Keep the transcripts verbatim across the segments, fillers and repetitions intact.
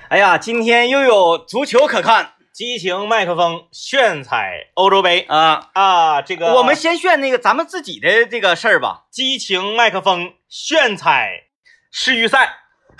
哎呀，今天又有足球可看， 激情麦克风炫彩欧洲杯啊啊！这个我们先炫那个咱们自己的这个事儿吧。 激情麦克风炫彩世预赛，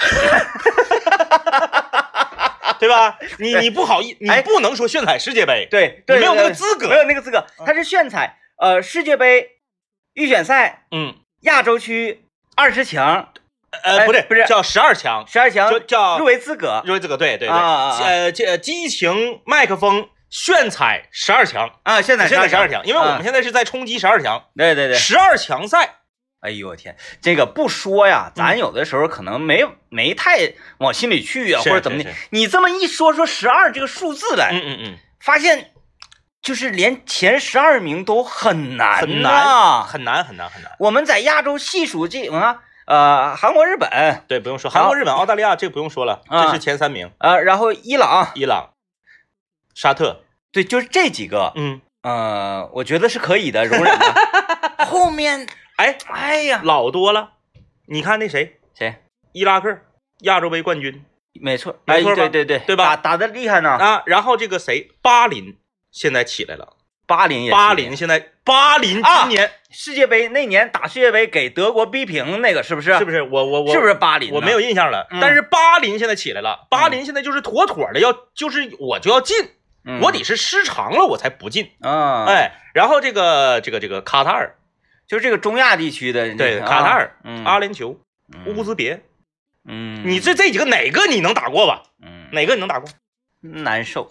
对吧？你你不好意，你不能说炫彩世界杯， 对， 你没有那个资格， 没有那个资格，它是炫彩呃世界杯预选赛， 嗯， 亚洲区二十强。 呃，不是不是叫十二强， 十二强就叫入围资格， 入围资格，对对对， 啊啊呃，这激情麦克风炫彩十二强啊，现在现在十二强，因为我们现在是在冲击十二强， 对对对， 十二强赛。 哎呦我天，这个不说呀，咱有的时候可能没、嗯、没太往心里去啊，或者怎么的。你这么一说说十二这个数字来， 嗯嗯嗯， 发现就是连前十二名都很难、啊， 很难，很难，很难，很难。 我们在亚洲细数这啊。呃，韩国、日本， 对，不用说，韩国、日本、澳大利亚这不用说了，这是前三名。 呃，然后伊朗、 伊朗、沙特， 对，就是这几个， 嗯， 呃，我觉得是可以的，容忍的。后面， 哎， 哎呀， 老多了。你看那谁， 谁？ 伊拉克亚洲杯冠军， 没错， 没错吧？ 对对对， 对吧？ 打打得厉害呢啊！然后这个谁，巴林现在起来了。 巴林也， 巴林现在，巴林今年、 啊、世界杯那年打世界杯给德国逼平那个是不是？ 是不是？我我我是不是巴林？ 我没有印象了、 嗯。 但是巴林现在起来了，巴林现在就是妥妥的要，就是我就要进， 嗯、 我得是失常了我才不进啊、 嗯。哎，然后这个这个这个卡塔尔， 就是这个中亚地区的， 对，卡塔尔、 嗯、 阿联酋、乌兹别， 嗯， 你这这几个哪个你能打过吧？ 嗯， 哪个你能打过？ 难受，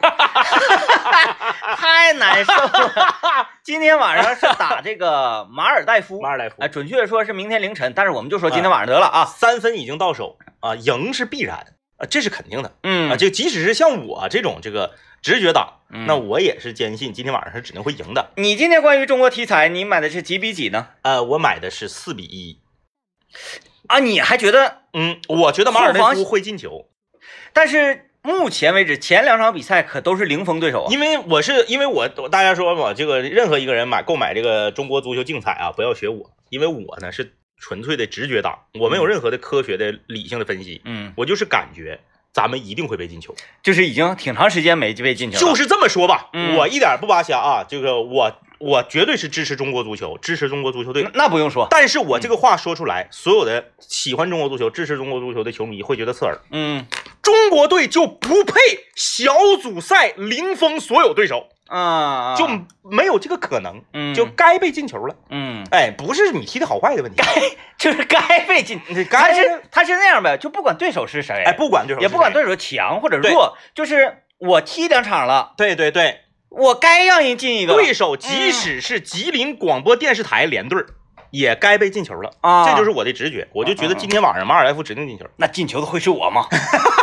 太难受了。今天晚上是打这个马尔代夫， 马尔代夫， 哎，准确说是明天凌晨，但是我们就说今天晚上得了啊， 三分已经到手啊，赢是必然啊，这是肯定的， 嗯啊，就即使是像我这种这个直觉党， 嗯、 那我也是坚信今天晚上是指定会赢的。 你今天关于中国题材，你买的是几比几呢？ 呃，我买的是四比一， 啊，你还觉得？ 嗯，我觉得马尔代夫会进球， 但是。目前为止，前两场比赛可都是零封对手啊。 因为我是因为我大家说嘛，这个任何一个人买购买这个中国足球竞彩啊，不要学我，因为我呢是纯粹的直觉党，我没有任何的科学的理性的分析， 嗯， 我就是感觉咱们一定会被进球， 就是已经挺长时间没被进球了。 就是这么说吧， 嗯、 我一点不扒瞎啊，这个我我绝对是支持中国足球，支持中国足球队， 那, 那不用说。 但是我这个话说出来，嗯、所有的喜欢中国足球、支持中国足球的球迷会觉得刺耳， 嗯。 中国队就不配小组赛零封所有对手啊， 就没有这个可能， 嗯， 就该被进球了， 嗯， 哎，不是你踢的好坏的问题， 该就是该被进，他是他是那样呗，就不管对手是谁， 哎，不管对手是谁， 也不管对手强或者弱，就是我踢两场了， 对对对， 我该让人进一个， 对手即使是吉林广播电视台联队。嗯也该被进球了啊！ 这就是我的直觉，我就觉得今天晚上马尔代夫指定进球。 那进球的会是我吗？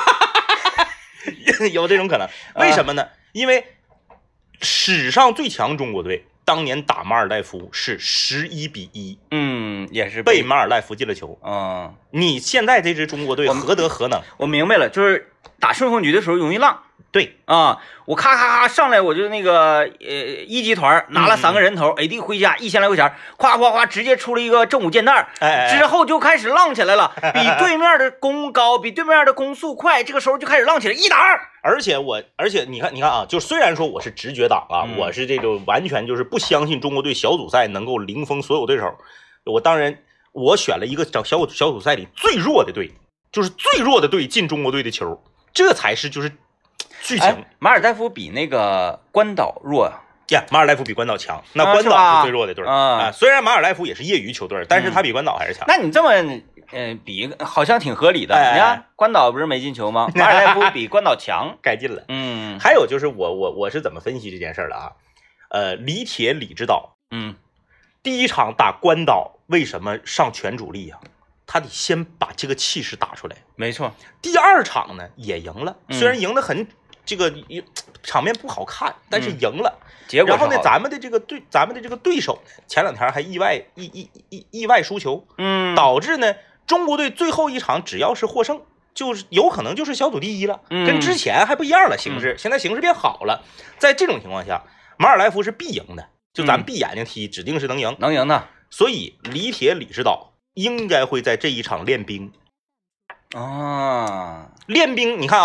有这种可能？为什么呢？因为史上最强中国队当年打马尔代夫是十一比一， 嗯，也是被马尔代夫进了球。 嗯， 你现在这支中国队何德何能？ 我明白了，就是打顺风局的时候容易浪。 对啊，我咔咔咔上来，我就那个呃一级团拿了三个人头 ，A D 回家一千来块钱，夸夸夸直接出了一个正五件袋， 哎， 之后就开始浪起来了，比对面的攻高，比对面的攻速快，这个时候就开始浪起来，一打二。 而且我，而且你看，你看啊，就虽然说我是直觉党啊， 嗯、 我是这种完全就是不相信中国队小组赛能够零封所有对手，我当然我选了一个小小小组赛里最弱的队，就是最弱的队进中国队的球，这才是就是。剧情、 哎、马尔代夫比那个关岛弱呀， yeah, 马尔代夫比关岛强，那关岛是最弱的队啊, 啊。虽然马尔代夫也是业余球队，但是他比关岛还是强。 嗯、那你这么呃比好像挺合理的。 哎、 你看关岛不是没进球吗？马尔代夫比关岛强， 该进了。 嗯， 还有就是我我我是怎么分析这件事的啊？呃，李铁李指导， 嗯， 第一场打关岛为什么上全主力呀、啊？他得先把这个气势打出来。 没错。 第二场呢也赢了， 嗯、 虽然赢得很。这个场面不好看，但是赢了。 嗯、结果然后呢，咱们的这个对咱们的这个对手呢，前两天还意外意意意意外输球， 嗯， 导致呢中国队最后一场只要是获胜，就是有可能就是小组第一了， 嗯、 跟之前还不一样了形势。嗯、现在形势变好了，在这种情况下，马尔代夫是必赢的，就咱闭眼睛踢，嗯、指定是能赢， 能赢的。 所以李铁李指导应该会在这一场练兵。 啊， 练兵，你看啊。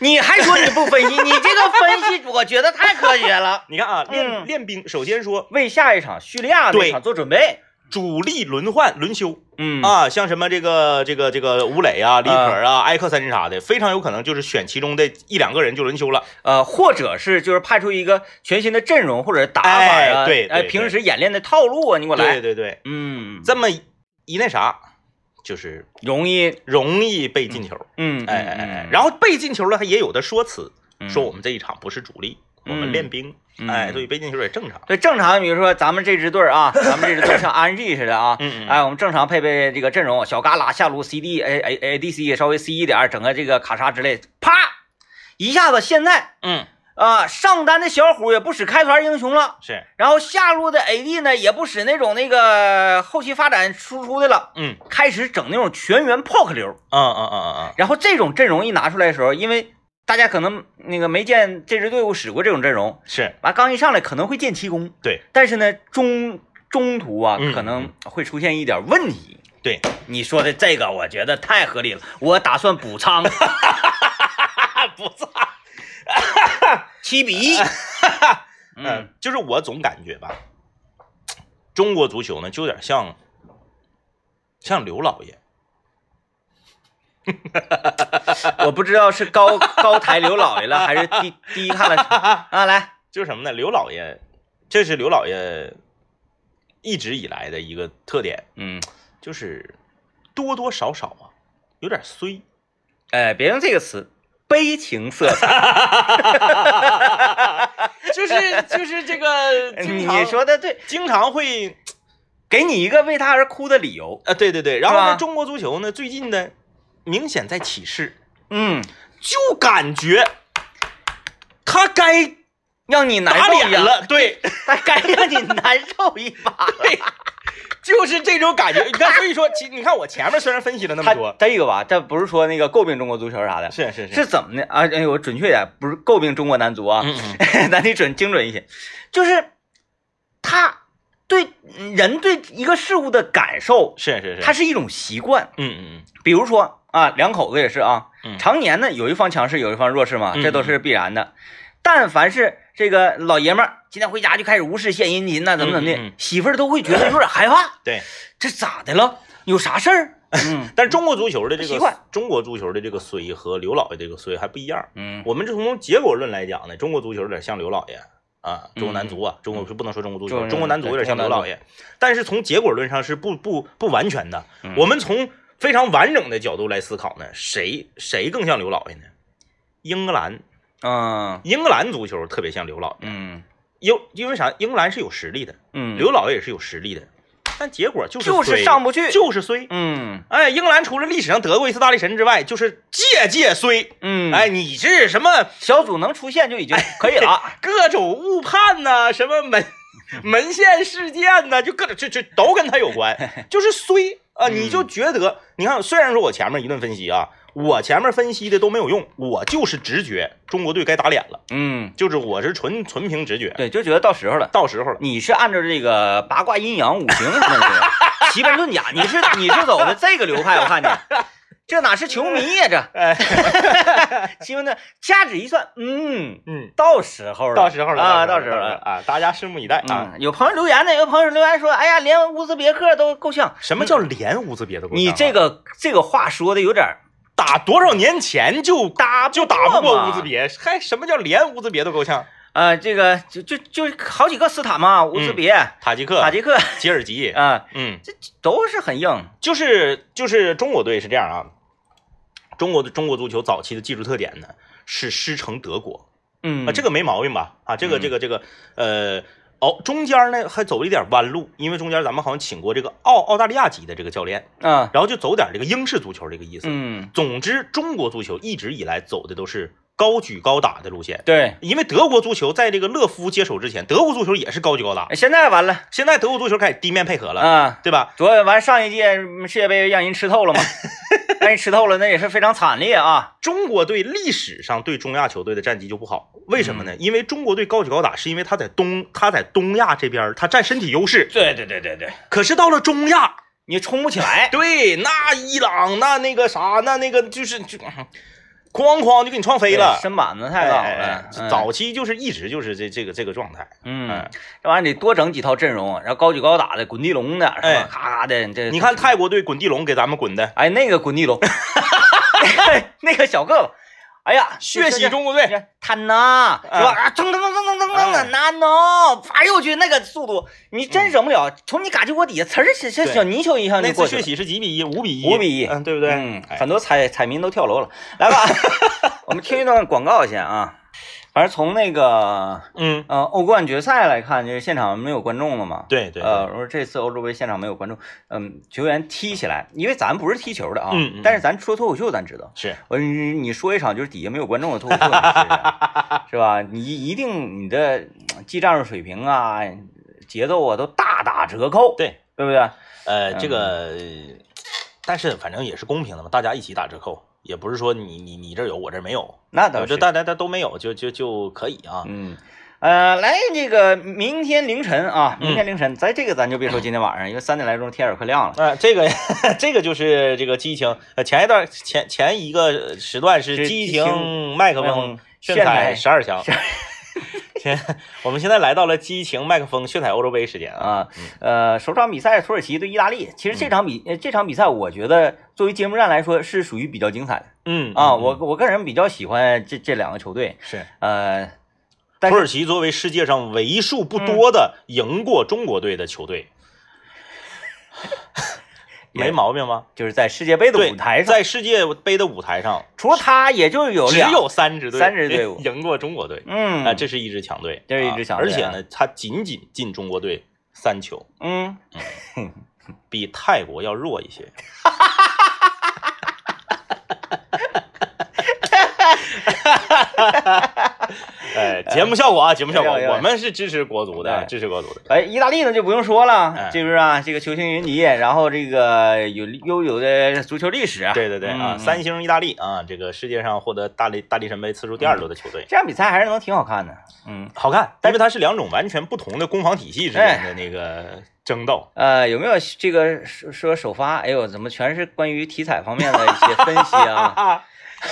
你还说你不分析？你这个分析我觉得太科学了。 你看啊，练、 嗯、 练兵，首先说为下一场叙利亚那场做准备， 主力轮换轮休。 嗯啊，像什么这个这个这个吴磊啊、李可啊、埃克森啥的，非常有可能就是选其中的一两个人就轮休了。 呃，或者是就是派出一个全新的阵容或者打法啊， 哎、对， 哎、呃，平时演练的套路啊，你给我来。 对对对， 嗯， 这么一那啥。就是容易容易被进球， 嗯， 哎哎哎，然后被进球了，他也有的说辞， 嗯、 说我们这一场不是主力， 嗯、 我们练兵， 嗯、 哎，所以被进球也正常。 对，正常，比如说咱们这支队啊，咱们这支队像 R N G 似的啊， 嗯嗯， 哎，我们正常配备这个阵容，小旮旯下路 C D A A A D C 也稍微 C 一点，整个这个卡莎之类，啪，一下子现在， 嗯。 啊，上单的小虎也不使开团英雄了， 是， 然后下路的 A D 呢也不使那种那个后期发展输出的了， 嗯， 开始整那种全员 P O K 流， 嗯嗯嗯嗯嗯， 然后这种阵容一拿出来的时候，因为大家可能那个没见这支队伍使过这种阵容， 是， 完刚一上来可能会见奇功， 对， 但是呢中中途啊、 嗯、 可能会出现一点问题， 对， 你说的这个我觉得太合理了，我打算补仓， 补仓。 七比一， 嗯，就是我总感觉吧，中国足球呢就有点像像刘老爷， 我不知道是高高抬刘老爷了，还是低低看了啊？来， 就是什么呢？刘老爷，这是刘老爷一直以来的一个特点， 嗯， 就是多多少少啊有点衰， 哎，别用这个词。悲情色彩， 就是就是这个， 你说的对， 经常会给你一个为他而哭的理由啊，对对对。然后呢，中国足球呢最近呢明显在起势， 嗯， 就感觉他该让你难受一了，对， 他该让你难受一把， 对。就是这种感觉，你看，所以说，其你看我前面虽然分析了那么多， 这个吧，这不是说那个诟病中国足球啥的， 是是是， 是怎么的啊？哎，我准确点，不是诟病中国男足啊， 嗯嗯咱得准精准一些，就是他对人对一个事物的感受， 是是是， 它是一种习惯， 嗯嗯嗯， 比如说啊，两口子也是啊， 嗯、 常年呢有一方强势，有一方弱势嘛， 嗯、 这都是必然的。但凡是这个老爷们儿今天回家就开始无事献殷勤呐，怎么怎么的， 嗯嗯、 媳妇儿都会觉得有点害怕。 对， 这咋的了？有啥事儿？嗯， 但是中国足球的这个习惯， 中国足球的这个衰和刘老爷这个衰还不一样。 嗯， 我们从结果论来讲呢，中国足球有点像刘老爷啊，中国男足啊， 嗯、 中国是不能说中国足球， 嗯、 中国男足有点像刘老爷，但是从结果论上是不不不完全的。 嗯、 我们从非常完整的角度来思考呢，谁谁更像刘老爷呢？英格兰。 嗯， 英格兰足球特别像刘老爷， 嗯， 因因为啥？英格兰是有实力的， 嗯， 刘老爷也是有实力的，但结果就是就是上不去， 就是衰， 嗯， 哎，英格兰除了历史上得过一次大力神之外，就是届届衰， 嗯， 哎，你是什么小组能出现就已经可以了， 哎、各种误判呐、啊，什么门门线事件呐、啊，就各种这这都跟他有关，就是衰啊，你就觉得，你看，虽然说我前面一顿分析啊。我前面分析的都没有用，我就是直觉中国队该打脸了。 嗯， 就是我是纯纯凭直觉， 对，就觉得到时候了， 到时候了。 你是按照这个八卦阴阳五行什么的奇门遁甲，你是你是走的这个流派，我看见。这哪是球迷呀、啊？这，奇门遁掐指一算，嗯嗯， 到时候了， 到时候了啊，到时候了啊！大家拭目以待啊、 嗯！有朋友留言呢，有朋友留言说：“哎呀，连乌兹别克都够呛。” 什么叫连乌兹别都够呛、啊？ 你这个这个话说的有点。 打多少年前就打就打不过乌兹别，还什么叫连乌兹别都够呛？ 呃，这个就就就好几个斯坦嘛，乌兹别、 嗯、塔吉克、 塔吉克、 吉尔吉啊， 嗯， 这都是很硬。 就是就是中国队是这样啊，中国的中国足球早期的技术特点呢是师承德国， 嗯啊，这个没毛病吧？啊，这个这个这个呃。哦，中间呢还走了一点弯路，因为中间咱们好像请过这个澳澳大利亚籍的这个教练， 啊， 然后就走点这个英式足球这个意思。 嗯， 总之，中国足球一直以来走的都是高举高打的路线。 对， 因为德国足球在这个勒夫接手之前，德国足球也是高举高打。 现在完了， 现在德国足球开始低面配合了， 啊， 对吧？ 昨完上一届世界杯让人吃透了嘛，让人吃透了，那也是非常惨烈啊。 中国队历史上对中亚球队的战绩就不好，为什么呢？嗯、因为中国队高举高打，是因为他在东他在东亚这边他占身体优势。 对对对对对。 可是到了中亚， 你冲不起来。 对，那伊朗那那个啥，那那个就是就。 哐哐就给你撞飞了， 身板子太高了。 哎哎嗯、 早期就是一直就是这这个这个状态。 嗯， 嗯这玩意儿得多整几套阵容，然后高举高打的，滚地龙的，是吧？ 哎咔咔的，这你看泰国队滚地龙给咱们滚的， 哎，那个滚地龙，那个小个子，哎呀， 血洗中国队， 贪呐，是吧？啊，蹭蹭蹭蹭蹭蹭的，难哦！哎呦我去，那个速度，你真忍不了，从你嘎叽窝底下，呲儿像小泥鳅一样就过去了。 那次血洗是几比一？五比一， 五比一， 嗯，对不对？ 嗯，很多彩彩民都跳楼了。来吧，我们听一段广告先啊。反正从那个， 嗯呃，欧冠决赛来看，就是现场没有观众了嘛。 对对， 呃，我说这次欧洲杯现场没有观众，嗯，球员踢起来，因为咱不是踢球的啊， 嗯嗯但是咱说脱口秀，咱知道， 是我你你说一场就是底下没有观众的脱口秀，你试试是吧？你一定你的技战术水平啊、节奏啊都大打折扣， 对对不对？ 呃，这个，但是反正也是公平的嘛，大家一起打折扣。也不是说你你你这有我这没有， 那倒是， 这大家大都没有就就就可以啊。 嗯，呃，来这个明天凌晨啊，明天凌晨，咱这个咱就别说今天晚上，因为三点来钟天尔克亮了。 啊、呃，这个这个就是这个激情，呃，前一段前前一个时段是激情麦克风炫彩十二强。现我们现在来到了激情麦克风血彩欧洲杯时间啊，呃，首场比赛土耳其对意大利，其实这场比、嗯、这场比赛，我觉得作为节目战来说是属于比较精彩的。 嗯啊， 嗯我我个人比较喜欢这这两个球队。 是呃， 土耳其作为世界上为数不多的赢过中国队的球队。嗯没毛病吗？ 就是在世界杯的舞台上， 在世界杯的舞台上， 除了他，也就有只有三支队， 三支队伍赢过中国队。 嗯， 啊，这是一支强队， 这是一支强队、啊， 而且呢，他仅仅进中国队三球， 嗯， 嗯比泰国要弱一些。哎，节目效果啊，节目效果，我们是支持国足的，支持国足的。 哎，意大利呢就不用说了，这不是啊，这个球星云集，然后这个有悠久的足球历史。 对对对啊，三星意大利啊，这个世界上获得大力大力神杯次数第二多的球队。 这场比赛还是能挺好看的，嗯， 好看，因为它是两种完全不同的攻防体系之间的那个争斗。 呃，有没有这个说说首发？哎呦，怎么全是关于体彩方面的一些分析啊？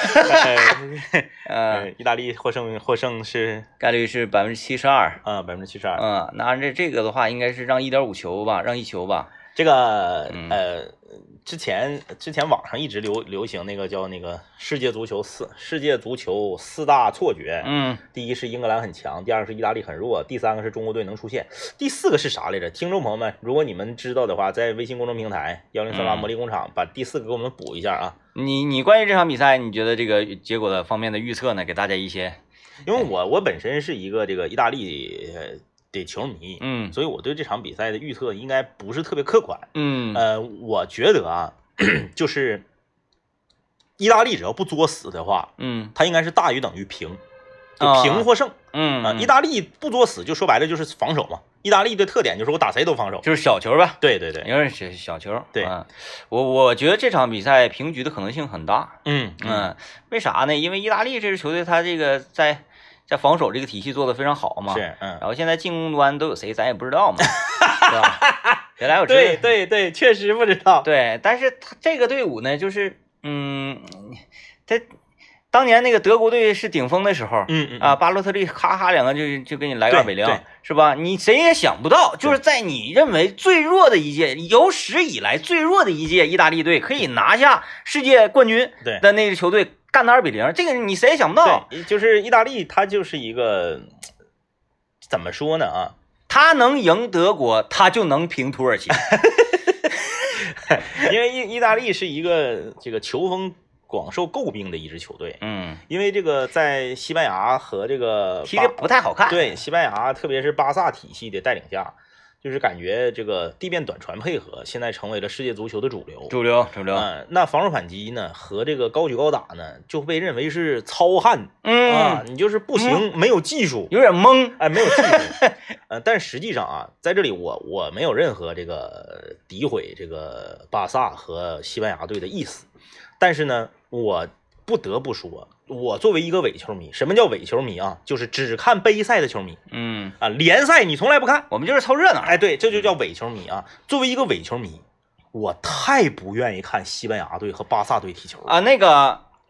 呃，意大利获胜获胜是概率是百分之七十二啊，百分之七十二。 嗯，那按这这个的话，应该是让一点五球吧，让一球吧。 这个呃，之前之前网上一直流流行那个叫那个世界足球四世界足球四大错觉。 嗯， 第一是英格兰很强，第二是意大利很弱，第三个是中国队能出现，第四个是啥来着？听众朋友们，如果你们知道的话，在微信公众平台幺零三八魔力工厂把第四个给我们补一下啊。 你你关于这场比赛，你觉得这个结果的方面的预测呢？给大家一些， 因为我我本身是一个这个意大利的球迷， 嗯， 所以我对这场比赛的预测应该不是特别客观， 嗯， 呃，我觉得啊，就是意大利只要不作死的话， 嗯， 它应该是大于等于平，就平获胜， 嗯啊，意大利不作死，就说白了就是防守嘛。意大利的特点就是我打谁都防守， 就是小球吧？ 对对对， 有点小小球。 对， 嗯、我我觉得这场比赛平局的可能性很大。 嗯嗯，为啥呢？因为意大利这支球队，他这个在在防守这个体系做得非常好嘛。 是，嗯。 然后现在进攻端都有谁，咱也不知道嘛，是吧？原来我知道。 对对对，确实不知道。 对，但是他这个队伍呢，就是嗯，他。当年那个德国队是顶峰的时候， 嗯嗯啊，巴洛特利咔咔两个就就给你来个二比零， 对， 是吧？你谁也想不到，就是在你认为最弱的一届，有史以来最弱的一届，意大利队可以拿下世界冠军的那支球队干到二比零，这个你谁也想不到。 对，就是意大利，它就是一个怎么说呢啊？ 他能赢德国，他就能平土耳其， 因为意意大利是一个这个球风广受诟病的一支球队， 嗯， 因为这个在西班牙和这个踢的不太好看， 对，西班牙特别是巴萨体系的带领下，就是感觉这个地面短传配合现在成为了世界足球的主流， 主流主流。 嗯，那防守反击呢和这个高举高打呢就被认为是糙汉， 嗯啊，你就是不行，嗯、没有技术， 有点懵， 哎，没有技术。呃，但实际上啊，在这里我我没有任何这个诋毁这个巴萨和西班牙队的意思，但是呢。我不得不说，我作为一个伪球迷，什么叫伪球迷啊？就是只看杯赛的球迷。 嗯啊，联赛你从来不看， 我们就是凑热闹。 哎，对，这就叫伪球迷啊。作为一个伪球迷，我太不愿意看西班牙队和巴萨队踢球啊。那个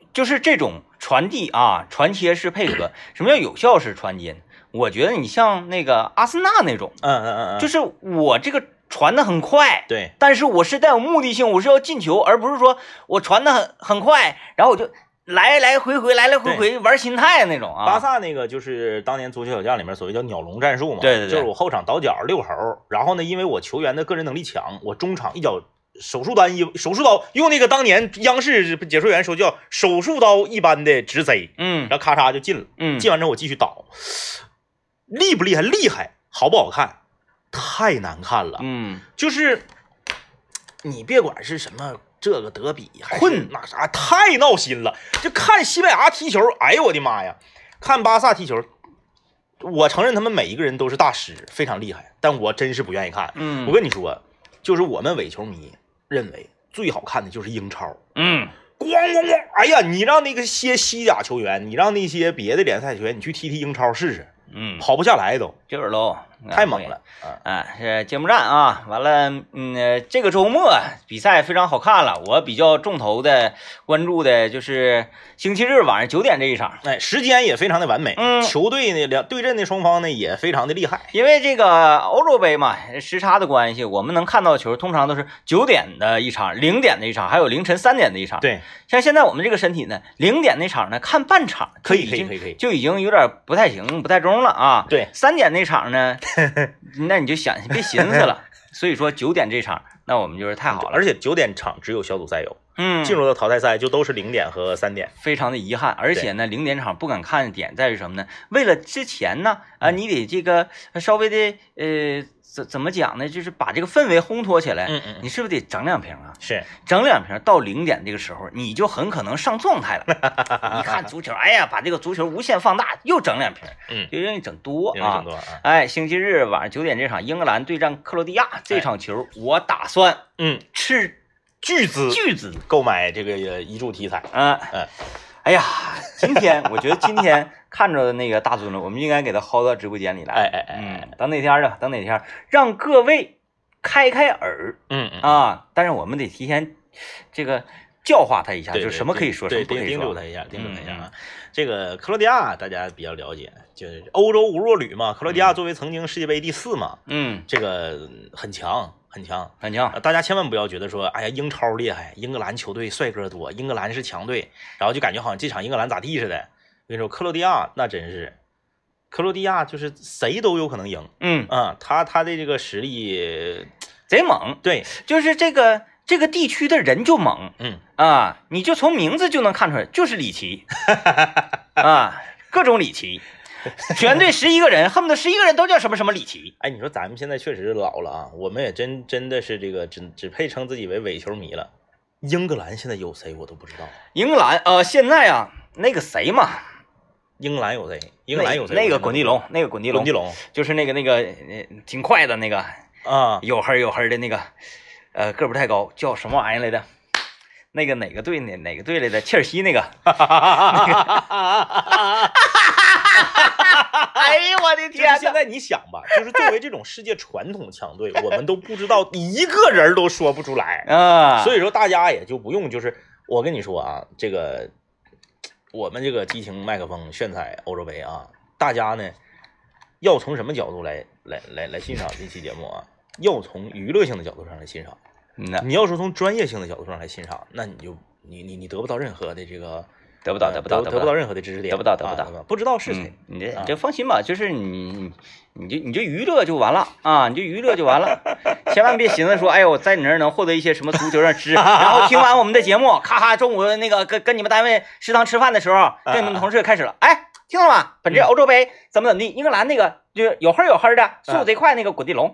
就是这种传递啊，传切式配合。什么叫有效式传接？我觉得你像那个阿森纳那种， 嗯嗯嗯嗯， 就是我这个传的很快， 对， 但是我是带有目的性，我是要进球，而不是说我传的很很快，然后我就来来回回来来回回玩心态那种啊。 巴萨那个就是当年足球小将里面所谓叫鸟笼战术嘛， 对对对， 就是我后场倒脚遛猴，然后呢，因为我球员的个人能力强，我中场一脚手术刀一手术刀，用那个当年央视解说员说叫手术刀一般的直塞， 嗯， 然后咔嚓就进了， 嗯， 进完之后我继续倒，厉不厉害？厉害，好不好看？太难看了， 嗯， 就是你别管是什么这个德比还是混那啥，太闹心了。就看西班牙踢球，哎呦我的妈呀！看巴萨踢球，我承认他们每一个人都是大师，非常厉害，但我真是不愿意看。 嗯， 我跟你说，就是我们伪球迷认为最好看的就是英超。 嗯， 咣咣咣！哎呀，你让那个些西甲球员，你让那些别的联赛球员，你去踢踢英超试试， 嗯， 跑不下来都， 就是喽， 太猛了。 啊，是揭幕战啊，完了，嗯，这个周末比赛非常好看了，我比较重头的关注的就是星期日晚上九点这一场， 哎，时间也非常的完美， 嗯， 球队呢两对阵的双方呢也非常的厉害， 因为这个欧洲杯嘛，时差的关系，我们能看到球通常都是九点的一场、零点的一场，还有凌晨三点的一场。 对， 像现在我们这个身体呢，零点那场呢看半场可以可以可以可以， 就已经有点不太行、不太中了啊。 对， 三点那场呢，那你就想别寻思了。所以说九点这场，那我们就是太好了。 而且九点场只有小组赛有， 嗯， 进入到淘汰赛就都是零点和三点， 非常的遗憾。而且呢，零点场不敢看的点在于什么呢？为了之前呢，啊，你得这个稍微的呃，怎怎么讲呢？就是把这个氛围烘托起来。 嗯嗯， 你是不是得整两瓶啊？ 是， 整两瓶，到零点这个时候，你就很可能上状态了。一看足球，哎呀，把这个足球无限放大，又整两瓶， 嗯， 就让你整多啊， 整多啊。哎，星期日晚上九点这场英格兰对战克罗地亚这场球，我打算嗯斥巨资巨资购买这个遗嘱题材。 嗯嗯，哎呀，今天我觉得今天看着的那个大尊了，我们应该给他薅到直播间里来。 哎哎哎， 嗯，等哪天啊？等哪天让各位开开耳。 嗯嗯啊，但是我们得提前这个教化他一下， 对就什么可以说，什么不可以说。 叮嘱他一下，叮嘱他一下啊。 嗯、 这个克罗地亚大家比较了解，就是欧洲无弱旅嘛。克罗地亚作为曾经世界杯第四嘛， 嗯， 这个很强。很强， 很强！ 大家千万不要觉得说，哎呀，英超厉害，英格兰球队帅哥多，英格兰是强队，然后就感觉好像这场英格兰咋地似的。我跟你说，克罗地亚那真是，克罗地亚就是谁都有可能赢。 嗯啊，他他的这个实力贼猛， 对， 就是这个这个地区的人就猛。 嗯啊，你就从名字就能看出来，就是里奇啊，各种里奇。全队十一个人，恨不得十一个人都叫什么什么里奇。 哎，你说咱们现在确实老了啊，我们也真真的是这个只只配称自己为伪球迷了。英格兰现在有谁我都不知道。 英格兰呃，现在啊，那个谁嘛， 英格兰有谁？英格兰有谁？ 那个滚地龙，那个滚地龙， 滚地龙就是那个那个呃挺快的那个啊， 有黑有黑的那个，呃个不太高，叫什么玩意来的？那个哪个队哪哪个队来的？切尔西那个。那个哎呦我的天！ 现在你想吧，就是作为这种世界传统强队，我们都不知道一个人都说不出来啊。 所以说大家也就不用，就是我跟你说啊，这个我们这个激情麦克风炫彩欧洲杯啊，大家呢要从什么角度来来来来欣赏这期节目啊？要从娱乐性的角度上来欣赏。 嗯， 你要说从专业性的角度上来欣赏，那你就你你你得不到任何的这个。 得不到，得不到， 得不到任何的知识点， 得不到，得不到， 不知道是谁。 你这这放心吧，就是你，你就你就娱乐就完了啊，你就娱乐就完了，千万别寻思说，哎呦，我在你那儿能获得一些什么足球上知，然后听完我们的节目，咔咔，中午那个跟跟你们单位食堂吃饭的时候，跟你们同事开始了，哎，听到了吗？本届欧洲杯怎么怎么地，英格兰那个就有黑有黑的，速度贼快那个滚地龙。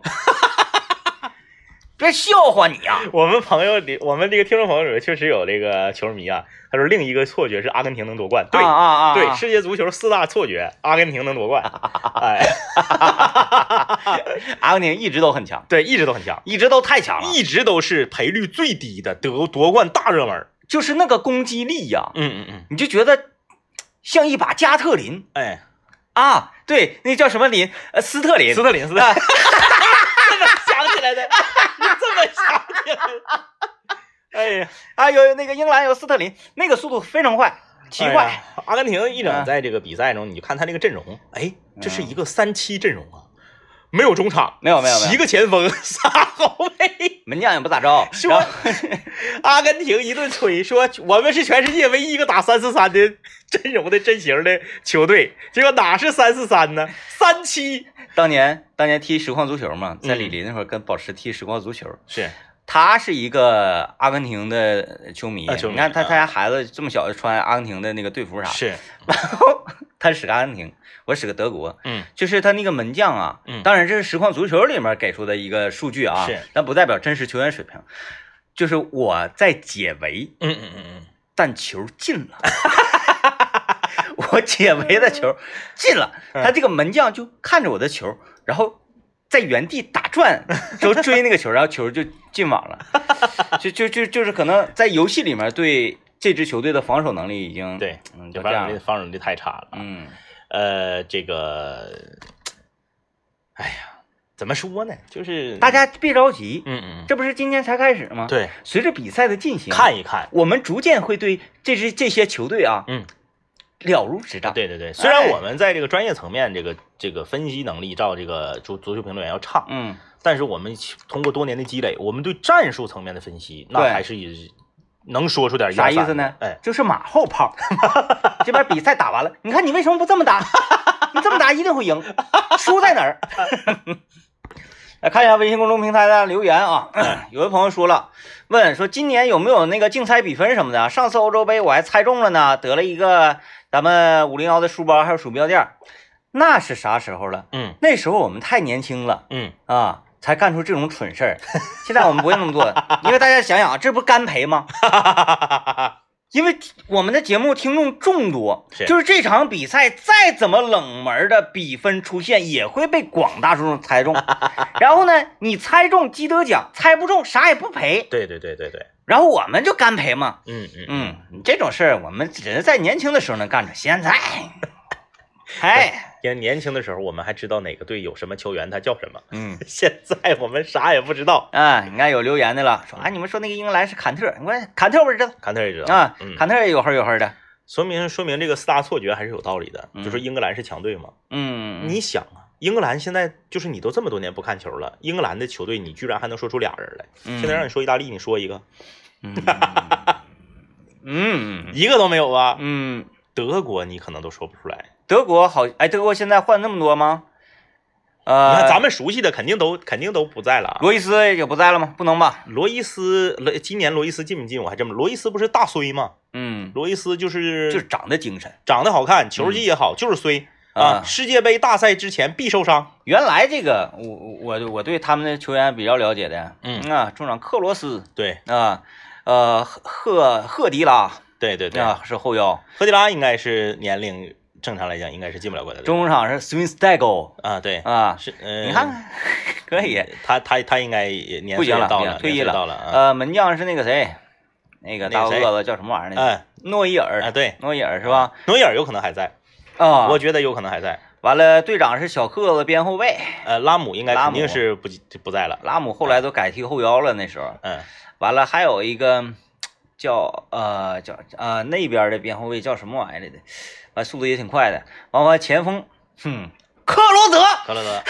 别笑话你啊！ 我们朋友里，我们这个听众朋友里确实有这个球迷啊。他说另一个错觉是阿根廷能夺冠。对啊啊啊！ 对，世界足球四大错觉，阿根廷能夺冠。哎， 阿根廷一直都很强， 对，一直都很强， 一直都太强了， 一直都是赔率最低的得夺冠大热门， 就是那个攻击力呀、啊。 嗯嗯嗯， 你就觉得像一把加特林。 哎啊，对，那叫什么林？呃，斯特林， 斯特林，斯特林。这么想起来的，你这么想起来的。哎呀， 啊，有那个英格兰有斯特林，那个速度非常快， 奇怪。 哎、阿根廷一整在这个比赛中，你就看他那个阵容，哎，这是一个三七阵容啊，没有中场， 没有没有， 七个前锋，仨后卫， 门将也不咋着。 说阿根廷一顿吹，说我们是全世界唯一一个打三四三的阵容的阵型的球队，结果哪是三四三呢？三七。 当年当年踢实况足球嘛，在李林那会儿跟宝石踢实况足球， 是他是一个阿根廷的球迷， 啊、球迷你看他他家孩子这么小就穿阿根廷的那个队服啥， 是， 然后他使个阿根廷，我使个德国， 嗯， 就是他那个门将啊， 嗯， 当然这是实况足球里面给出的一个数据啊， 是， 但不代表真实球员水平，就是我在解围， 嗯嗯嗯嗯， 但球进了。我解围的球进了，他这个门将就看着我的球，然后在原地打转，就追那个球，然后球就进网了。就就就就是可能在游戏里面对这支球队的防守能力已经对， 嗯， 就防守力防守力太差了。 嗯， 呃，这个，哎呀，怎么说呢？就是大家别着急， 嗯嗯， 这不是今天才开始吗？ 对， 随着比赛的进行， 看一看， 我们逐渐会对这支这些球队啊， 嗯。 了如指掌。 对对对，虽然我们在这个专业层面，这个这个分析能力照这个足足球评论员要差， 嗯， 但是我们通过多年的积累，我们对战术层面的分析，那还是也能说出点啥意思呢？ 哎， 就是马后炮。这边比赛打完了，你看你为什么不这么打？你这么打一定会赢，输在哪儿？来看一下微信公众平台的留言啊，有的朋友说了，问说今年有没有那个竞猜比分什么的？上次欧洲杯我还猜中了呢，得了一个咱们五零幺的书包还有鼠标垫，那是啥时候了？ 嗯， 那时候我们太年轻了， 嗯啊，才干出这种蠢事儿。现在我们不会那么做，因为大家想想，这不干赔吗？因为我们的节目听众众多， 是就是这场比赛再怎么冷门的比分出现，也会被广大众猜中。然后呢，你猜中积德奖，猜不中啥也不赔。 对对对对对。 然后我们就干赔嘛。 嗯嗯嗯，这种事儿我们只是在年轻的时候能干出，现在，哎。 因为年轻的时候，我们还知道哪个队有什么球员，他叫什么。 嗯， 现在我们啥也不知道啊！你看有留言的了，说啊，你们说那个英格兰是坎特，我坎特我知道， 坎特也知道啊， 嗯、 坎特也有黑有黑的， 说明说明这个四大错觉还是有道理的。 嗯、 就说英格兰是强队嘛， 嗯， 你想啊，英格兰现在就是你都这么多年不看球了，英格兰的球队你居然还能说出俩人来， 嗯、 现在让你说意大利，你说一个， 嗯，嗯一个都没有吧？ 嗯， 德国你可能都说不出来。 德国好，哎，德国现在换那么多吗？呃， 你看咱们熟悉的肯定都肯定都不在了啊。 罗伊斯也不在了吗？不能吧？ 罗伊斯，今年罗伊斯进不进我还真不。罗伊斯不是大衰吗？ 嗯， 罗伊斯就是就是长得精神， 长得好看，球技也好，嗯、就是衰啊。世界杯大赛之前必受伤。 原来这个我我我对他们的球员比较了解的， 嗯啊，中场克罗斯， 对啊，呃，赫赫迪拉， 对对对啊，是后腰， 赫迪拉应该是年龄。正常来讲应该是进不了国家队。 中场是 Swinstego 啊，对啊， 是，嗯， 你看可以， 他他他应该也年岁也到了， 退役了， 到了啊。 呃，门将是那个谁，那个大个子叫什么玩意儿？ 哎， 诺伊尔啊，对， 诺伊尔是吧？ 诺伊尔有可能还在啊， 我觉得有可能还在。 完了，队长是小个子边后卫， 呃，拉姆应该肯定是不不在了。 拉姆后来都改踢后腰了，那时候。 嗯， 完了还有一个叫呃叫呃那边的边后卫叫什么玩意儿来的？完速度也挺快的。完完前锋，哼，克罗泽， 克罗泽，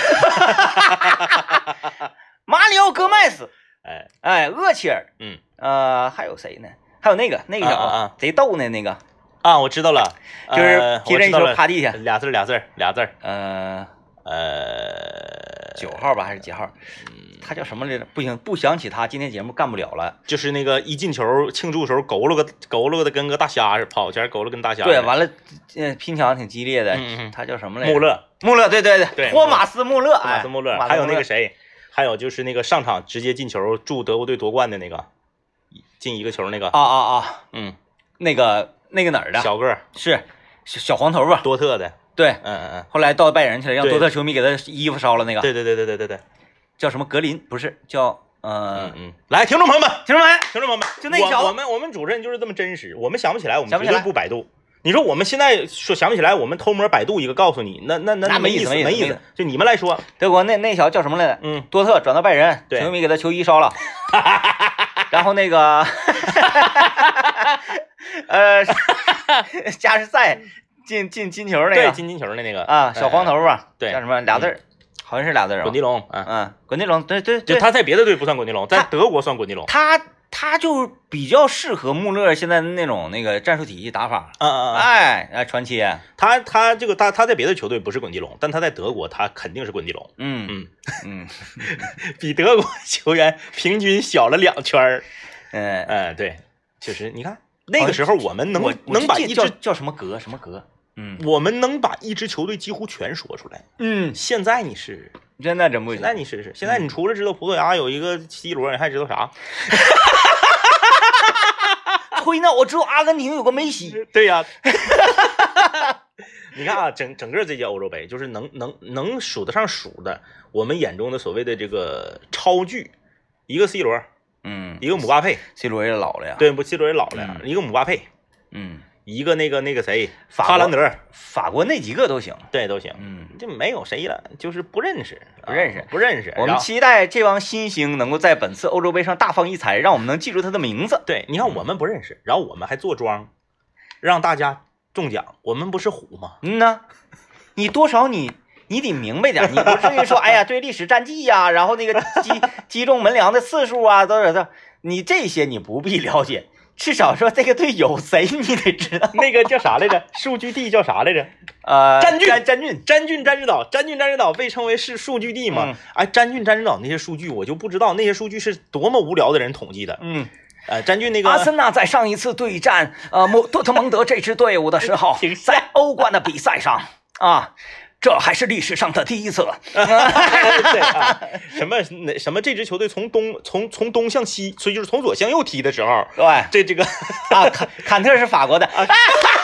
马里奥戈麦斯， 哎哎，厄齐尔， 嗯， 呃，还有谁呢？还有那个那个小子贼逗呢，那个啊，我知道了， 就是踢人一球趴地下， 俩字俩字俩字， 呃呃， 九号吧还是几号？他叫什么来着？不行，不想起他，今天节目干不了了。 就是那个一进球庆祝的时候，佝偻个佝偻的跟个大虾似的，跑前佝偻跟大虾。 对，完了，呃，拼抢挺激烈的。 嗯嗯， 他叫什么来着？ 穆勒， 穆勒，对对对， 托马斯穆勒， 托马斯穆勒，还有那个谁，还有就是那个上场直接进球助德国队夺冠的那个，进一个球那个。 啊啊啊， 嗯， 那个那个哪儿的？ 小个是小小黄头吧？ 多特的。 对， 嗯嗯嗯。 后来到拜仁去了，让多特球迷给他衣服烧了那个。 对对对对对对对。 叫什么格林？不是叫呃嗯嗯，来，听众朋友们， 听众朋友们， 听众朋友们， 就那小我们我们主持人就是这么真实，我们想不起来，我们绝对不百度。你说我们现在说想不起来，我们偷摸百度一个告诉你，那那那那没意思，没意思。就你们来说， 德国那那小叫什么来着？ 嗯， 多特转到拜仁， 对， 球迷给他球衣烧了，然后那个呃加时赛进进金球那个， 对，进金球的那个啊，小黄头啊， 对， 叫什么俩字儿，好像是俩字儿， 滚地龙啊， 嗯，滚地龙，对对对， 就他在别的队不算滚地龙，在德国算滚地龙， 他他就比较适合穆勒现在的那种那个战术体系打法， 嗯嗯， 哎哎，传奇， 他他这个他他在别的球队不是滚地龙，但他在德国他肯定是滚地龙， 嗯嗯嗯， 比德国球员平均小了两圈儿， 嗯哎对，确实，你看那个时候我们能我能把一支叫什么格什么格，嗯， 我们能把一支球队几乎全说出来， 嗯， 现在你试试。 现在真不行。 现在你试试，现在你除了知道葡萄牙有一个 C 罗，你还知道啥？ 吹呢，我知道阿根廷有个梅西。 对呀、啊，你看啊，整整个这届欧洲杯，就是能能能数得上数的，我们眼中的所谓的这个超巨，一个 C 罗， 嗯， 一个姆巴佩 ，C 罗也老了呀。 对不？C 罗也老了呀， 嗯、 一个姆巴佩， 嗯。 一个那个那个谁， 哈兰德， 法国那几个都行， 对，都行， 嗯， 就没有谁了，就是不认识， 不认识， 啊、不认识。 我们期待这帮新星能够在本次欧洲杯上大放异彩，让我们能记住他的名字。 对，你看我们不认识，然后我们还坐庄，让大家中奖，我们不是虎吗？ 嗯呐，你多少你你得明白点，你不至于说，哎呀，对历史战绩呀、啊，然后那个击击中门梁的次数啊，都是的，你这些你不必了解。至少说这个队有谁你得知道， 那个叫啥来着？数据帝叫啥来着？ 呃， 詹俊， 詹俊， 詹俊，詹指导，詹俊，詹指导被称为是数据帝嘛？ 嗯、 哎，詹俊，詹指导那些数据我就不知道，那些数据是多么无聊的人统计的。 嗯， 呃，詹俊那个阿森纳在上一次对战呃莫多特蒙德这支队伍的时候，在欧冠的比赛上啊。这还是历史上的第一次了。 对啊，什么那什么这支球队从东从从东向西，所以就是从左向右踢的时候， 对， 这这个啊，坎坎特是法国的。啊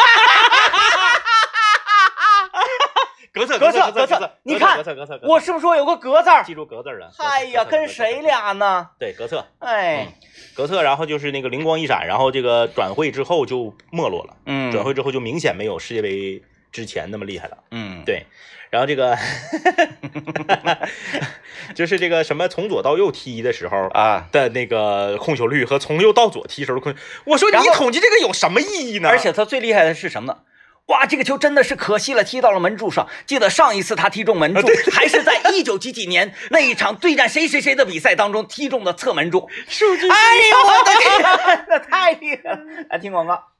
格策格策格策，你看， 我是不是说有个格字？ 记住格字了。 哎呀，跟谁俩呢？ 对，格策。 哎、 嗯，格策，然后就是那个灵光一闪，然后这个转会之后就没落了。 嗯， 转会之后就明显没有世界杯之前那么厉害了。 嗯， 对。然后这个就是这个什么从左到右踢的时候啊的那个控球率和从右到左踢时候控，我说你统计这个有什么意义呢？ 而且他最厉害的是什么呢？哇，这个球真的是可惜了，踢到了门柱上。记得上一次他踢中门柱， 啊、对对对还是在一九几几年那一场对战谁谁谁的比赛当中踢中的侧门柱。 数据， 哎呦我的天，那太厉害了！来听广告。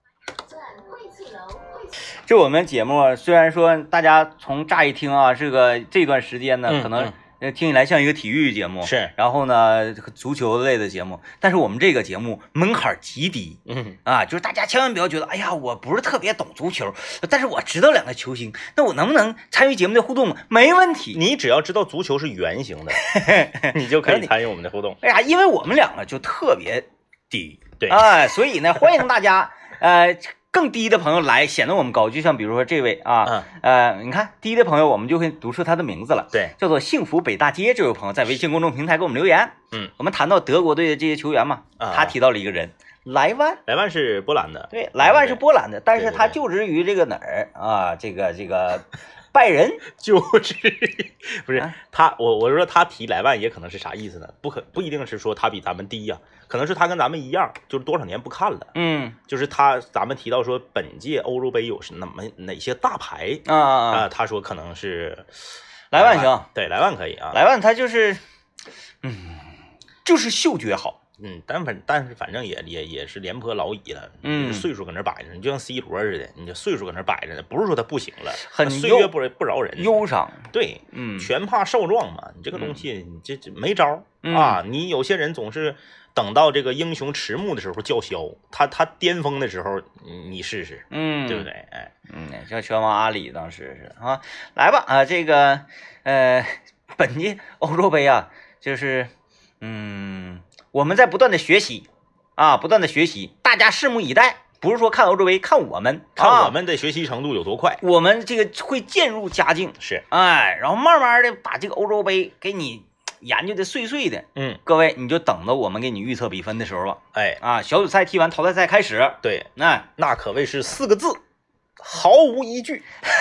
就我们节目虽然说大家从乍一听啊，这个这段时间呢， 嗯、 可能听起来像一个体育节目， 是， 然后呢足球类的节目，但是我们这个节目门槛极低， 嗯啊，就是大家千万不要觉得，哎呀，我不是特别懂足球，但是我知道两个球星，那我能不能参与节目的互动？没问题， 你只要知道足球是圆形的，你就可以参与我们的互动。 哎呀，因为我们两个就特别低， 对， 哎，所以呢，欢迎大家，呃。更低的朋友来显得我们高，就像比如说这位啊， 嗯、 呃，你看低的朋友，我们就会读出他的名字了， 对， 叫做幸福北大街这位朋友在微信公众平台给我们留言， 嗯， 我们谈到德国队的这些球员嘛， 啊、 他提到了一个人，莱万， 莱万是波兰的， 对，莱万是波兰的，但是他对对对就职于这个哪儿啊？这个这个拜仁， 就是不是、 啊、 他，我我说他提莱万也可能是啥意思呢？不可不一定是说他比咱们低呀、啊，可能是他跟咱们一样，就是多少年不看了， 嗯， 就是他咱们提到说本届欧洲杯有是哪么哪些大牌啊啊啊，他说可能是莱万行， 对，莱万可以啊， 莱万他就是，嗯，就是嗅觉好。 嗯，但反但是反正也也也是廉颇老矣了， 嗯， 岁数搁那摆着，你就像 C 罗似的，你这岁数搁那摆着呢，不是说他不行了， 很岁月不不饶人， 忧伤。 对， 嗯， 全怕少壮嘛，你这个东西你这这没招、 嗯、 啊，你有些人总是等到这个英雄迟暮的时候叫嚣，他他巅峰的时候你试试， 嗯， 对不对？哎， 嗯，像拳王阿里当时是啊，来吧啊，这个呃，本届欧洲杯啊，就是嗯。我们在不断的学习，啊，不断的学习，大家拭目以待。不是说看欧洲杯，看我们， 看我们的学习程度有多快， 啊、我们这个会渐入佳境， 是， 哎，然后慢慢的把这个欧洲杯给你研究的碎碎的， 嗯， 各位你就等着我们给你预测比分的时候吧， 哎， 啊，小组赛踢完，淘汰赛开始， 对， 哎， 那可谓是四个字，毫无依据。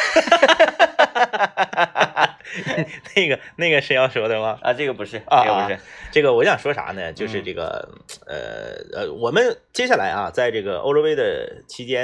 那个那个是要说的吗？ 啊，这个不是， 啊， 这个不是， 这个我想说啥呢？就是这个、嗯、呃呃，我们接下来啊，在这个欧洲杯的期间，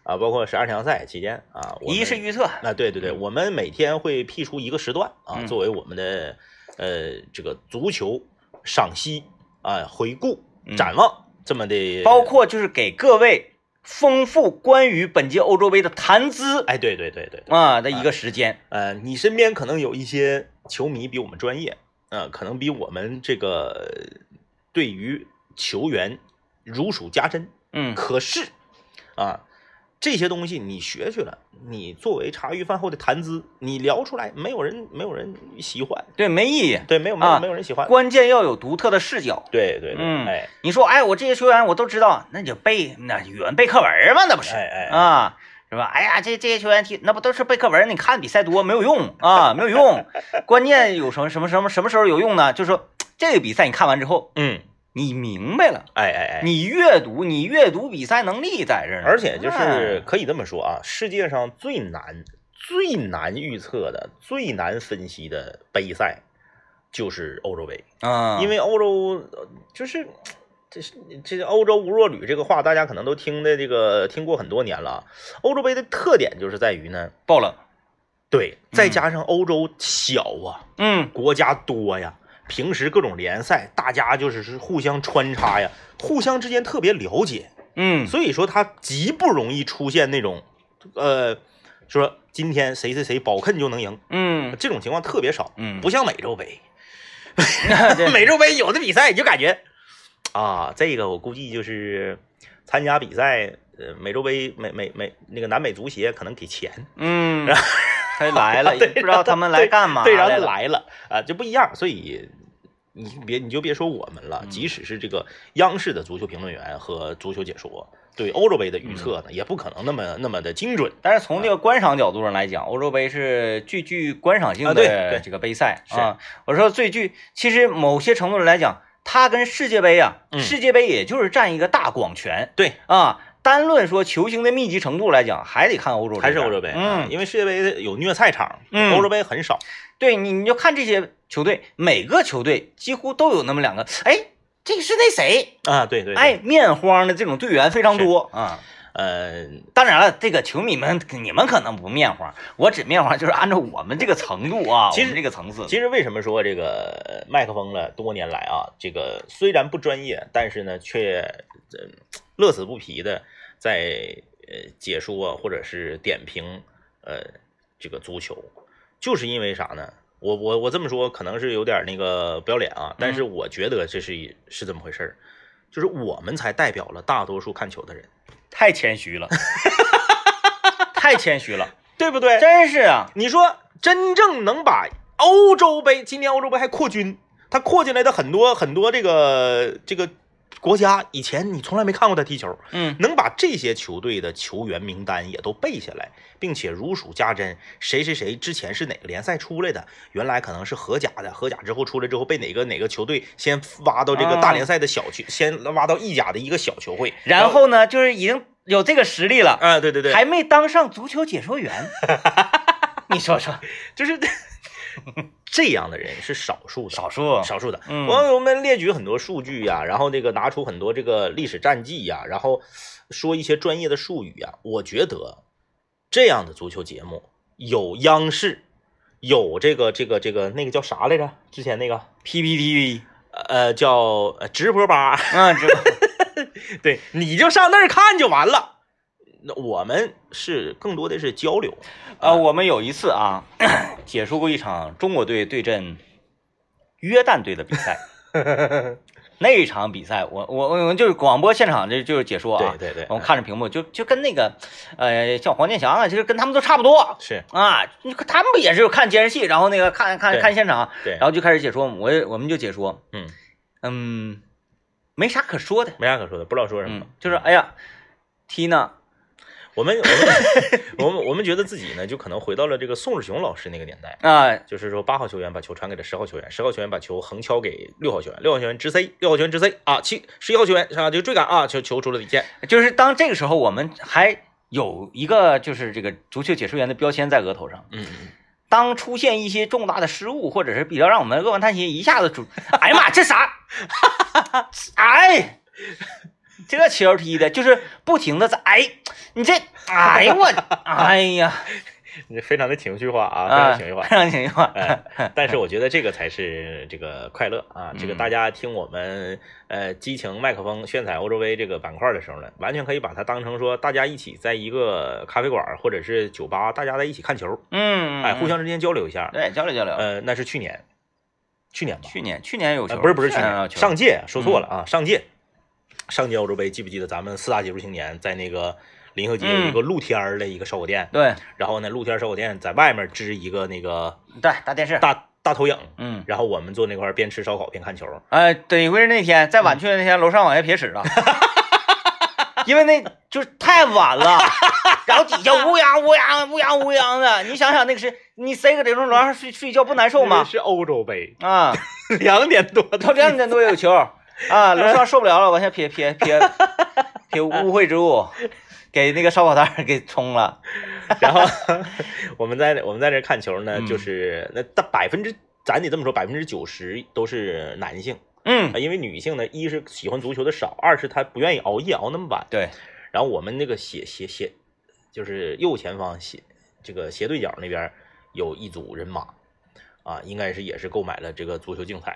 啊，包括十二强赛期间啊， 一是预测啊，对对对，我们每天会辟出一个时段啊， 嗯作为我们的呃这个足球赏析啊、回顾、展望这么的， 包括就是给各位丰富关于本届欧洲杯的谈资， 哎，对对对对对啊的一个时间。 呃，你身边可能有一些球迷比我们专业，呃，可能比我们这个对于球员如数家珍。 嗯， 可是啊，这些东西你学去了，你作为茶余饭后的谈资，你聊出来，没有人没有人喜欢， 对，没意义。 对，没有没有、 啊没有人喜欢。 关键要有独特的视角。 对对对， 嗯， 哎， 你说，哎，我这些球员我都知道，那就背那语文背课文嘛，那不是？ 哎哎啊，是吧？哎呀，这这些球员踢那不都是背课文？你看比赛多没有用啊，没有用。关键有什么什么什么什么时候有用呢？就是说这个比赛你看完之后， 嗯， 你明白了， 哎哎哎， 你阅读，你阅读比赛能力在这儿呢。 而且就是可以这么说啊，世界上最难、最难预测的、最难分析的杯赛就是欧洲杯， 啊， 因为欧洲呃就是。这是这是欧洲无弱旅这个话，大家可能都听的这个听过很多年了。欧洲杯的特点就是在于呢， 爆冷， 对，再加上欧洲小啊， 嗯， 国家多呀，平时各种联赛，大家就是是互相穿插呀，互相之间特别了解， 嗯， 所以说它极不容易出现那种，呃，说今天谁谁谁保肯就能赢， 嗯， 这种情况特别少， 嗯， 不像美洲杯， 对美洲杯有的比赛你就感觉。啊，这个我估计就是参加比赛，呃，美洲杯美美美那个南美足协可能给钱， 嗯，他就来了， 对不知道他们来干嘛对，然后来了来了啊，就不一样，所以你别你就别说我们了，即使是这个央视的足球评论员和足球解说对欧洲杯的预测呢，也不可能那么那么的精准。 但是从这个观赏角度上来讲，欧洲杯是最具观赏性啊对的对这个杯赛是啊。我说最具，其实某些程度上来讲，它跟世界杯啊， 嗯世界杯也就是占一个大广权。 对啊，单论说球星的密集程度来讲，还得看欧洲这边， 还是欧洲杯， 嗯， 因为世界杯有虐菜场， 嗯欧洲杯很少。 对你你就看这些球队，每个球队几乎都有那么两个，哎，这个是那谁， 啊，对对，对哎，面荒的这种队员非常多啊。 呃， 当然了，这个球迷们你们可能不面黄，我指面黄就是按照我们这个程度啊， 其实我们这个层次。 其实为什么说这个麦克风了多年来啊，这个虽然不专业，但是呢却呃乐此不疲的在呃解说或者是点评呃这个足球，就是因为啥呢？我我我这么说可能是有点那个不要脸啊，但是我觉得这是是这么回事儿，就是我们才代表了大多数看球的人， 太谦虚了，太谦虚了， 对不对？ 真是啊。 你说真正能把欧洲杯，今年欧洲杯还扩军，他扩进来的很多很多这个这个国家，以前你从来没看过他踢球， 嗯， 能把这些球队的球员名单也都背下来，并且如数家珍，谁谁谁之前是哪个联赛出来的，原来可能是荷甲的，荷甲之后出来之后被哪个哪个球队先挖到这个大联赛的小球，先挖到意甲的一个小球会， 然后呢，就是已经有这个实力了， 啊，对对对， 还没当上足球解说员。你说说， 就是这样的人是少数的， 少数少数的。 嗯我我们列举很多数据呀，然后这个拿出很多这个历史战绩呀，然后说一些专业的术语呀。我觉得这样的足球节目有央视，有这个这个这个那个叫啥来着？之前那个 P P T V， 呃叫呃直播吧， 嗯，知道。 对，你就上那儿看就完了。那我们是更多的是交流。 呃，我们有一次啊，解说过一场中国队对阵约旦队的比赛。那一场比赛，我我我就是广播现场，这就是解说啊。 对对对， 我看着屏幕，就就跟那个呃，像黄健翔啊，其实跟他们都差不多。 是啊，你看他们不也是看监视器，然后那个看看看现场， 对， 然后就开始解说。我我们就解说， 嗯嗯，没啥可说的， 没啥可说的，不知道说什么。 嗯，就是哎呀，踢呢。 我们我们我们我们觉得自己呢，就可能回到了这个宋世雄老师那个年代啊， 就是说八号球员把球传给了十号球员，十号球员把球横敲给六号球员，六号球员直塞，六号球员直塞啊，七十一号球员啊就追赶啊，球球出了底线。 就是当这个时候，我们还有一个就是这个足球解说员的标签在额头上。 嗯嗯。 当出现一些重大的失误，或者是比较让我们扼腕叹息，一下子主，哎呀妈，这啥？哎。 这球踢的就是不停的在，哎，你这，哎呦我，哎呀， 你非常的情绪化啊，非常情绪化， 非常情绪化。 哎，但是我觉得这个才是这个快乐啊！这个大家听我们呃激情麦克风炫彩欧洲杯这个板块的时候呢，完全可以把它当成说大家一起在一个咖啡馆或者是酒吧，大家在一起看球， 嗯， 哎，互相之间交流一下。 对，交流交流。 呃，那是去年，去年吧？ 去年去年有球， 呃、不是不是去年，上届说错了啊， 嗯、 上届上届欧洲杯记不记得咱们四大杰出青年在那个临河街有一个露天的一个烧烤店， 嗯、对， 然后呢，露天烧烤店在外面支一个那个对大电视大大投影， 嗯， 然后我们坐那块边吃烧烤边看球。 哎，等一回是那天再晚去的那天，楼上往下撇屎了，因为那就是太晚了，然后底下乌泱乌泱乌泱乌泱的，你想想那个是你谁搁这种楼上睡睡觉不难受吗？ 是欧洲杯啊， 两点多到两点多有球啊，楼上受不了了，往下撇撇撇撇污秽之物。给那个烧烤摊给冲了， 然后我们在我们在这看球呢， 嗯、 就是那大百分之咱得这么说，百分之九十都是男性， 嗯， 因为女性呢，一是喜欢足球的少，二是她不愿意熬夜熬那么晚， 对。 然后我们那个斜斜斜就是右前方斜这个斜对角那边有一组人马。啊，应该是也是购买了这个足球竞彩，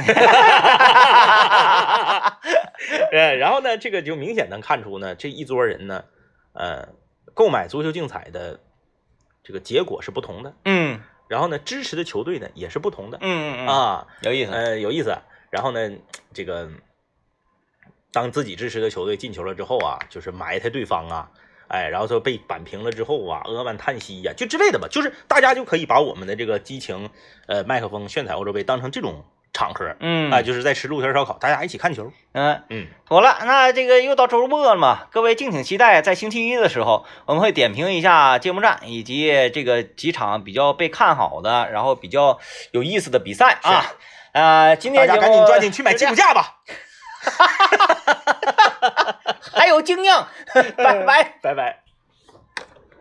呃，然后呢，这个就明显能看出呢，这一桌人呢，呃，购买足球竞彩的这个结果是不同的， 嗯， 然后呢，支持的球队呢也是不同的， 嗯嗯啊， 有意思， 呃，有意思。然后呢，这个当自己支持的球队进球了之后啊，就是埋汰对方啊。哎，然后说被扳平了之后啊，扼腕叹息呀、啊，就之类的吧。就是大家就可以把我们的这个激情，呃，麦克风炫彩欧洲杯当成这种场合， 嗯， 啊、呃，就是在吃露天烧烤，大家一起看球。 嗯嗯， 好了，那这个又到周末了嘛，各位敬请期待，在星期一的时候，我们会点评一下揭幕战以及这个几场比较被看好的，然后比较有意思的比赛啊。呃，今天大家赶紧抓紧去买吉普价吧。 还有精酿，拜拜拜拜。